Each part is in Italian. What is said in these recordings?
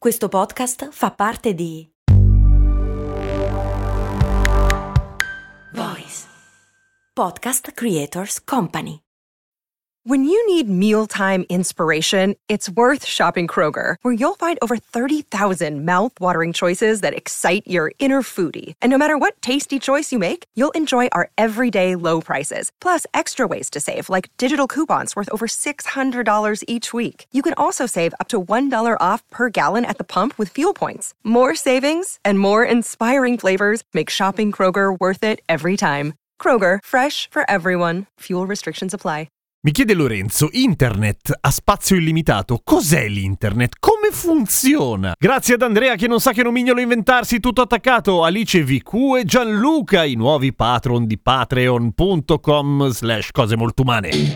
Questo podcast fa parte di Voice Podcast Creators Company. When you need mealtime inspiration, it's worth shopping Kroger, where you'll find over 30,000 mouth-watering choices that excite your inner foodie. And no matter what tasty choice you make, you'll enjoy our everyday low prices, plus extra ways to save, like digital coupons worth over $600 each week. You can also save up to $1 off per gallon at the pump with fuel points. More savings and more inspiring flavors make shopping Kroger worth it every time. Kroger, fresh for everyone. Fuel restrictions apply. Mi chiede Lorenzo, internet a spazio illimitato, cos'è l'internet? Come funziona? Grazie ad Andrea che non sa che nomignolo inventarsi, tutto attaccato, Alice VQ e Gianluca, i nuovi patron di patreon.com/cosemoltumane.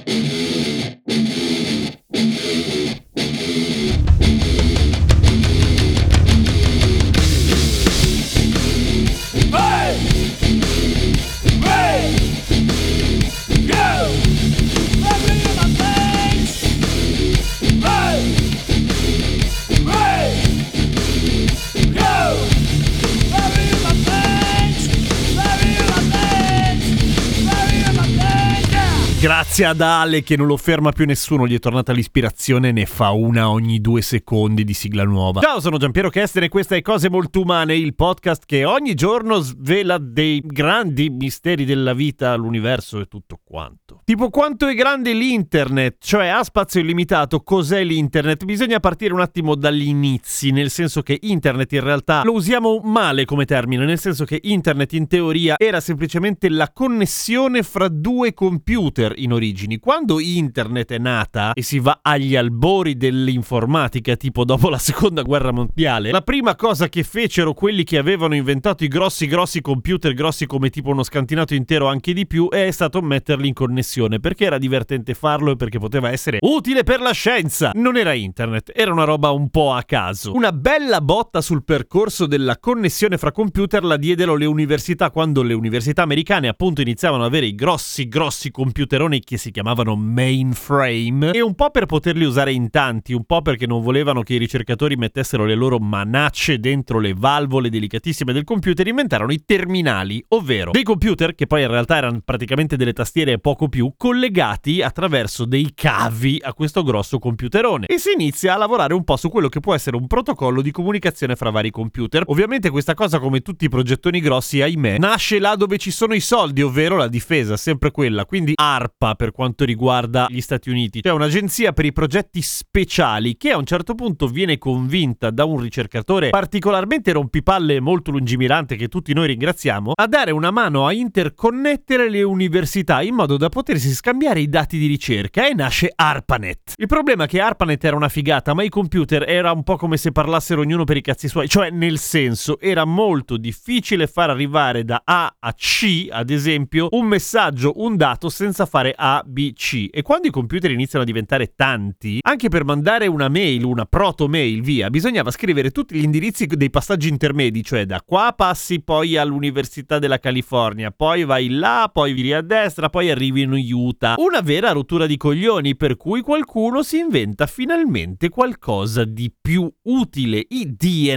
Grazie ad Ale che non lo ferma più nessuno, gli è tornata l'ispirazione, ne fa una ogni 2 secondi di sigla nuova. Ciao, sono Giampiero Kesten e questa è Cose Molto Umane, il podcast che ogni giorno svela dei grandi misteri della vita, l'universo e tutto quanto. Tipo quanto è grande l'internet, cioè a spazio illimitato, cos'è l'internet? Bisogna partire un attimo dagli inizi, nel senso che internet in realtà lo usiamo male come termine, nel senso che internet in teoria era semplicemente la connessione fra due computer in origini. Quando internet è nata e si va agli albori dell'informatica, tipo dopo la seconda guerra mondiale, la prima cosa che fecero quelli che avevano inventato i grossi computer, grossi come tipo uno scantinato intero anche di più, è stato metterli in connessione, perché era divertente farlo e perché poteva essere utile per la scienza. Non era internet, era una roba un po' a caso. Una bella botta sul percorso della connessione fra computer la diedero le università, quando le università americane appunto iniziavano ad avere i grossi computeroni che si chiamavano mainframe, e un po' per poterli usare in tanti, un po' perché non volevano che i ricercatori mettessero le loro manacce dentro le valvole delicatissime del computer, inventarono i terminali, ovvero dei computer che poi in realtà erano praticamente delle tastiere e poco più, collegati attraverso dei cavi a questo grosso computerone, e si inizia a lavorare un po' su quello che può essere un protocollo di comunicazione fra vari computer. Ovviamente questa cosa, come tutti i progettoni grossi, ahimè, nasce là dove ci sono i soldi, ovvero la difesa, sempre quella, quindi ARPA per quanto riguarda gli Stati Uniti, cioè un'agenzia per i progetti speciali che a un certo punto viene convinta da un ricercatore particolarmente rompipalle e molto lungimirante, che tutti noi ringraziamo, a dare una mano a interconnettere le università in modo da potersi scambiare i dati di ricerca, e nasce ARPANET. Il problema è che ARPANET era una figata, ma i computer era un po' come se parlassero ognuno per i cazzi suoi, cioè nel senso era molto difficile far arrivare da A a C, ad esempio, un messaggio, un dato senza fare A, B, C. E quando i computer iniziano a diventare tanti, anche per mandare una mail, una proto-mail via, bisognava scrivere tutti gli indirizzi dei passaggi intermedi, cioè da qua passi poi all'Università della California, poi vai là, poi viri a destra, poi arrivi in Utah. Una vera rottura di coglioni, per cui qualcuno si inventa finalmente qualcosa di più utile, i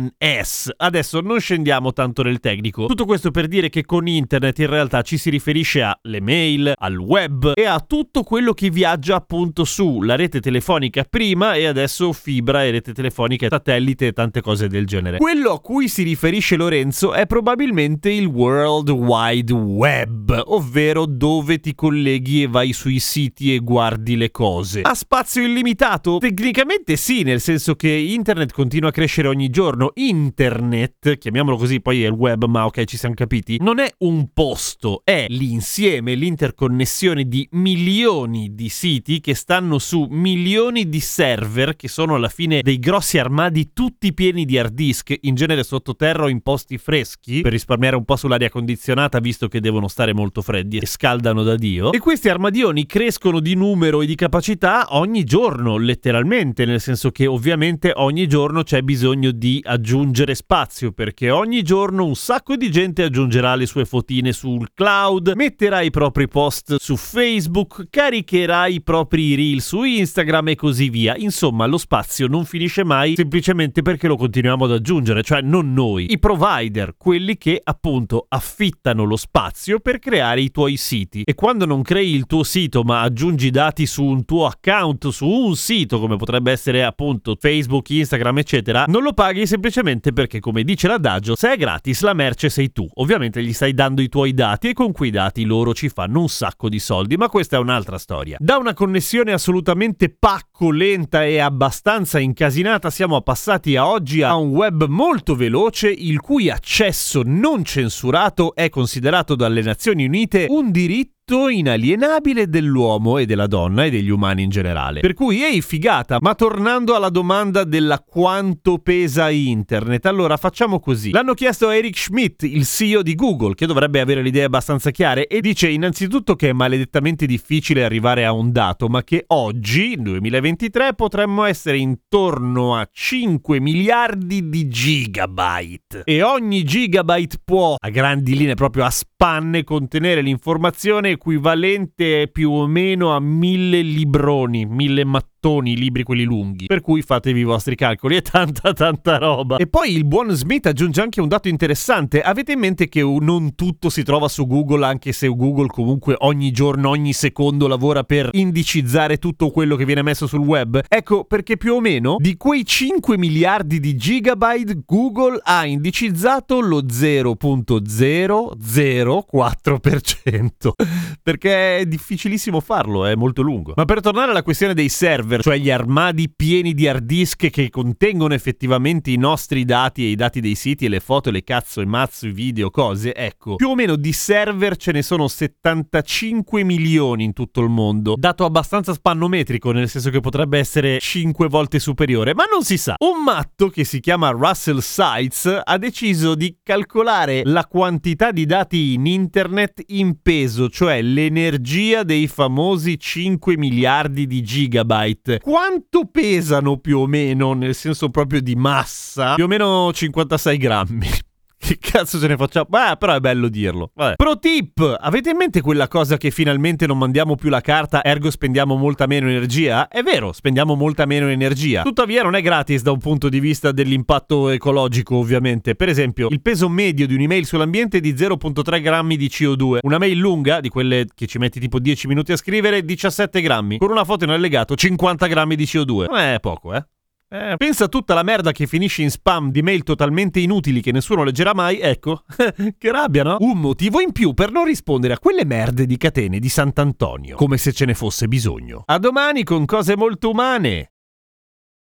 DNS. Adesso non scendiamo tanto nel tecnico. Tutto questo per dire che con internet in realtà ci si riferisce alle mail, al web e a tutto quello che viaggia appunto su la rete telefonica prima, e adesso fibra e rete telefonica e satellite e tante cose del genere. Quello a cui si riferisce Lorenzo è probabilmente il World Wide Web, ovvero dove ti colleghi e vai sui siti e guardi le cose. A spazio illimitato? Tecnicamente sì, nel senso che internet continua a crescere ogni giorno. Internet, chiamiamolo così, poi è il web, ma ok, ci siamo capiti, non è un posto, è l'insieme, l'interconnessione di milioni di siti che stanno su milioni di server, che sono alla fine dei grossi armadi tutti pieni di hard disk, in genere sottoterra o in posti freschi, per risparmiare un po' sull'aria condizionata, visto che devono stare molto freddi e scaldano da Dio. E questi armadioni crescono di numero e di capacità ogni giorno, letteralmente, nel senso che ovviamente ogni giorno c'è bisogno di aggiungere spazio, perché ogni giorno un sacco di gente aggiungerà le sue fotine sul cloud, metterà i propri post su Facebook, Facebook, caricherà i propri reel su Instagram e così via. Insomma, lo spazio non finisce mai semplicemente perché lo continuiamo ad aggiungere, cioè non noi, i provider, quelli che appunto affittano lo spazio per creare i tuoi siti. E quando non crei il tuo sito ma aggiungi dati su un tuo account, su un sito come potrebbe essere appunto Facebook, Instagram eccetera, non lo paghi semplicemente perché, come dice l'adagio, se è gratis la merce sei tu. Ovviamente gli stai dando i tuoi dati e con quei dati loro ci fanno un sacco di soldi, ma questa è un'altra storia. Da una connessione assolutamente pacco, lenta e abbastanza incasinata siamo passati a oggi a un web molto veloce, il cui accesso non censurato è considerato dalle Nazioni Unite un diritto inalienabile dell'uomo e della donna e degli umani in generale. Per cui, ehi figata, ma tornando alla domanda della quanto pesa internet, allora facciamo così. L'hanno chiesto a Eric Schmidt, il CEO di Google, che dovrebbe avere le idee abbastanza chiare, e dice innanzitutto che è maledettamente difficile arrivare a un dato, ma che oggi, nel 2023, potremmo essere intorno a 5 miliardi di gigabyte. E ogni gigabyte può, a grandi linee, proprio a spanne, contenere l'informazione equivalente più o meno a 1000 libroni, 1000 mattoni, libri quelli lunghi. Per cui fatevi i vostri calcoli, è tanta roba. E poi il buon Smith aggiunge anche un dato interessante. Avete in mente che non tutto si trova su Google, anche se Google comunque ogni giorno, ogni secondo lavora per indicizzare tutto quello che viene messo sul web? Ecco, perché più o meno di quei 5 miliardi di gigabyte Google ha indicizzato lo 0.004%. Perché è difficilissimo farlo, è molto lungo. Ma per tornare alla questione dei server, cioè gli armadi pieni di hard disk che contengono effettivamente i nostri dati e i dati dei siti e le foto, le cazzo, i mazzo, i video, cose, ecco, più o meno di server ce ne sono 75 milioni in tutto il mondo. Dato abbastanza spannometrico, nel senso che potrebbe essere 5 volte superiore, ma non si sa. Un matto che si chiama Russell Seitz ha deciso di calcolare la quantità di dati in internet in peso, cioè l'energia dei famosi 5 miliardi di gigabyte. Quanto pesano più o meno, nel senso proprio di massa? Più o meno 56 grammi. Che cazzo ce ne facciamo? Beh, però è bello dirlo. Vabbè. Pro tip! Avete in mente quella cosa che finalmente non mandiamo più la carta, ergo spendiamo molta meno energia? È vero, spendiamo molta meno energia. Tuttavia non è gratis da un punto di vista dell'impatto ecologico, ovviamente. Per esempio, il peso medio di un'email sull'ambiente è di 0,3 grammi di CO2. Una mail lunga, di quelle che ci metti tipo 10 minuti a scrivere, 17 grammi. Con una foto in allegato, 50 grammi di CO2. Non è poco, pensa a tutta la merda che finisce in spam di mail totalmente inutili che nessuno leggerà mai, ecco, che rabbia, no? Un motivo in più per non rispondere a quelle merde di catene di Sant'Antonio, come se ce ne fosse bisogno. A domani con cose molto umane.